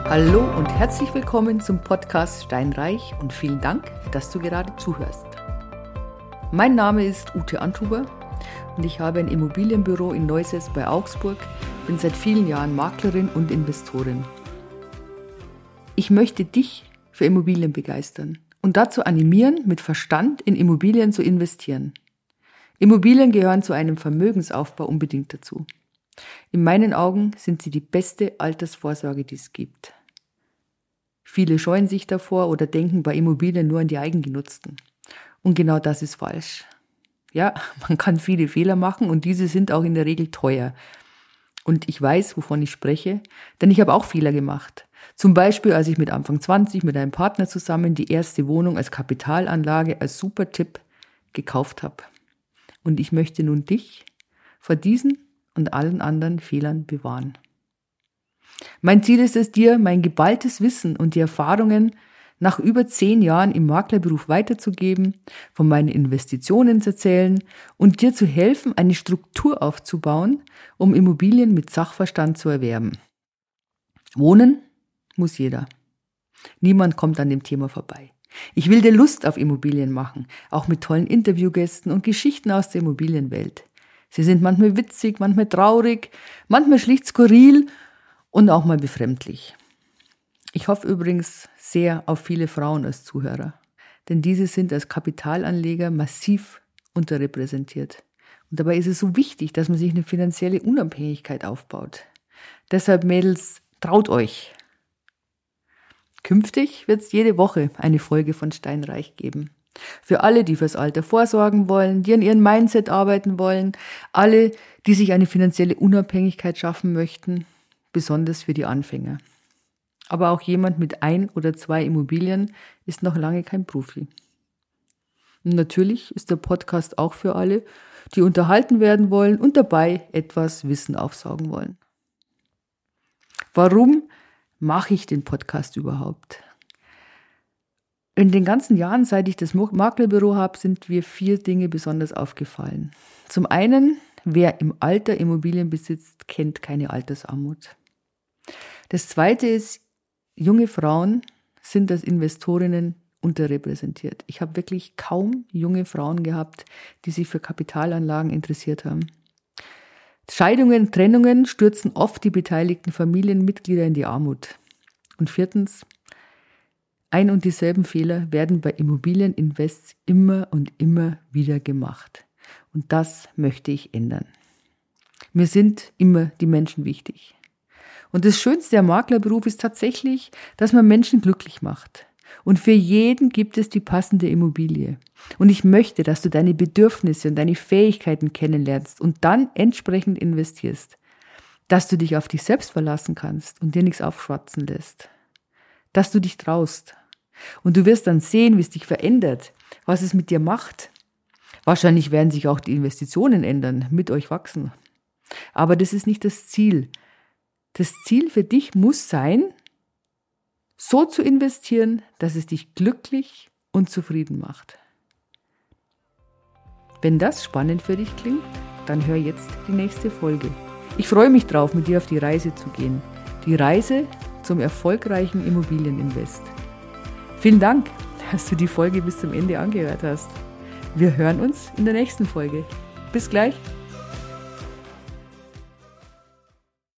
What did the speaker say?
Hallo und herzlich willkommen zum Podcast Steinreich und vielen Dank, dass du gerade zuhörst. Mein Name ist Ute Anthuber und ich habe ein Immobilienbüro in Neusäß bei Augsburg, bin seit vielen Jahren Maklerin und Investorin. Ich möchte dich für Immobilien begeistern und dazu animieren, mit Verstand in Immobilien zu investieren. Immobilien gehören zu einem Vermögensaufbau unbedingt dazu. In meinen Augen sind sie die beste Altersvorsorge, die es gibt. Viele scheuen sich davor oder denken bei Immobilien nur an die Eigengenutzten. Und genau das ist falsch. Ja, man kann viele Fehler machen und diese sind auch in der Regel teuer. Und ich weiß, wovon ich spreche, denn ich habe auch Fehler gemacht. Zum Beispiel, als ich mit Anfang 20 mit einem Partner zusammen die erste Wohnung als Kapitalanlage, als Supertipp gekauft habe. Und ich möchte nun dich vor diesen und allen anderen Fehlern bewahren. Mein Ziel ist es, dir mein geballtes Wissen und die Erfahrungen nach über 10 Jahren im Maklerberuf weiterzugeben, von meinen Investitionen zu erzählen und dir zu helfen, eine Struktur aufzubauen, um Immobilien mit Sachverstand zu erwerben. Wohnen muss jeder. Niemand kommt an dem Thema vorbei. Ich will dir Lust auf Immobilien machen, auch mit tollen Interviewgästen und Geschichten aus der Immobilienwelt. Sie sind manchmal witzig, manchmal traurig, manchmal schlicht skurril und auch mal befremdlich. Ich hoffe übrigens sehr auf viele Frauen als Zuhörer, denn diese sind als Kapitalanleger massiv unterrepräsentiert. Und dabei ist es so wichtig, dass man sich eine finanzielle Unabhängigkeit aufbaut. Deshalb, Mädels, traut euch! Künftig wird es jede Woche eine Folge von Steinreich geben. Für alle, die fürs Alter vorsorgen wollen, die an ihrem Mindset arbeiten wollen, alle, die sich eine finanzielle Unabhängigkeit schaffen möchten, besonders für die Anfänger. Aber auch jemand mit 1 oder 2 Immobilien ist noch lange kein Profi. Und natürlich ist der Podcast auch für alle, die unterhalten werden wollen und dabei etwas Wissen aufsaugen wollen. Warum mache ich den Podcast überhaupt? In den ganzen Jahren, seit ich das Maklerbüro habe, sind mir 4 Dinge besonders aufgefallen. Zum einen, wer im Alter Immobilien besitzt, kennt keine Altersarmut. Das zweite ist, junge Frauen sind als Investorinnen unterrepräsentiert. Ich habe wirklich kaum junge Frauen gehabt, die sich für Kapitalanlagen interessiert haben. Scheidungen, Trennungen stürzen oft die beteiligten Familienmitglieder in die Armut. Und 4, ein und dieselben Fehler werden bei Immobilieninvests immer und immer wieder gemacht. Und das möchte ich ändern. Mir sind immer die Menschen wichtig. Und das Schönste am Maklerberuf ist tatsächlich, dass man Menschen glücklich macht. Und für jeden gibt es die passende Immobilie. Und ich möchte, dass du deine Bedürfnisse und deine Fähigkeiten kennenlernst und dann entsprechend investierst. Dass du dich auf dich selbst verlassen kannst und dir nichts aufschwatzen lässt. Dass du dich traust. Und du wirst dann sehen, wie es dich verändert, was es mit dir macht. Wahrscheinlich werden sich auch die Investitionen ändern, mit euch wachsen. Aber das ist nicht das Ziel. Das Ziel für dich muss sein, so zu investieren, dass es dich glücklich und zufrieden macht. Wenn das spannend für dich klingt, dann hör jetzt die nächste Folge. Ich freue mich drauf, mit dir auf die Reise zu gehen. Die Reise zum erfolgreichen Immobilieninvest. Vielen Dank, dass du die Folge bis zum Ende angehört hast. Wir hören uns in der nächsten Folge. Bis gleich.